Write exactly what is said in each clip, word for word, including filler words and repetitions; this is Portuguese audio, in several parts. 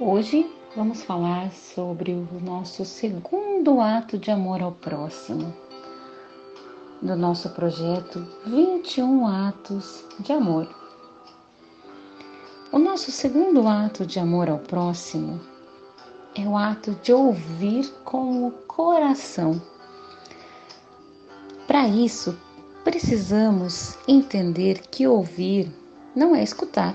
Hoje vamos falar sobre o nosso segundo ato de amor ao próximo, do nosso projeto vinte e um Atos de Amor. O nosso segundo ato de amor ao próximo é o ato de ouvir com o coração. Para isso, precisamos entender que ouvir não é escutar.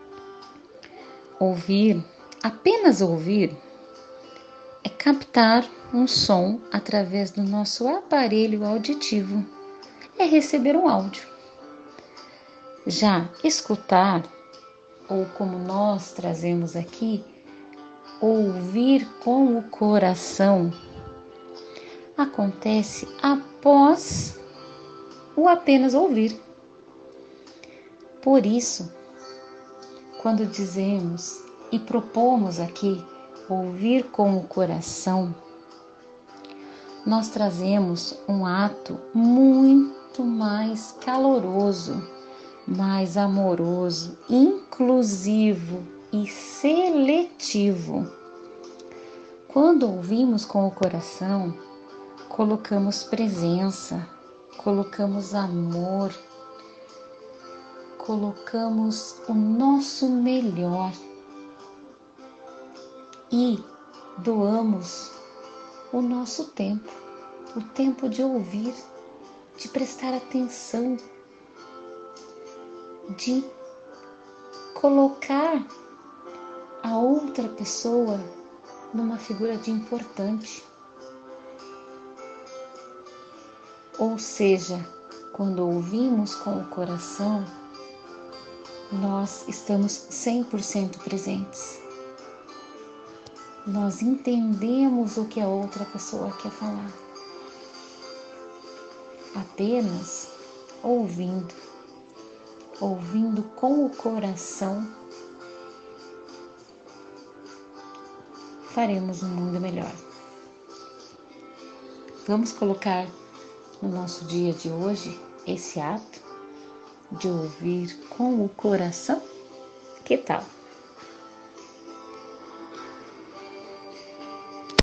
Ouvir, apenas ouvir, é captar um som através do nosso aparelho auditivo, é receber um áudio. Já escutar, ou como nós trazemos aqui, ouvir com o coração, acontece após o apenas ouvir. Por isso, quando dizemos e propomos aqui ouvir com o coração, nós trazemos um ato muito mais caloroso, mais amoroso, inclusivo e seletivo. Quando ouvimos com o coração, colocamos presença, colocamos amor, colocamos o nosso melhor e doamos o nosso tempo, o tempo de ouvir, de prestar atenção, de colocar a outra pessoa numa figura de importante. Ou seja, quando ouvimos com o coração, nós estamos cem por cento presentes. Nós entendemos o que a outra pessoa quer falar. Apenas ouvindo, ouvindo com o coração, faremos um mundo melhor. Vamos colocar no nosso dia de hoje esse ato de ouvir com o coração? Que tal?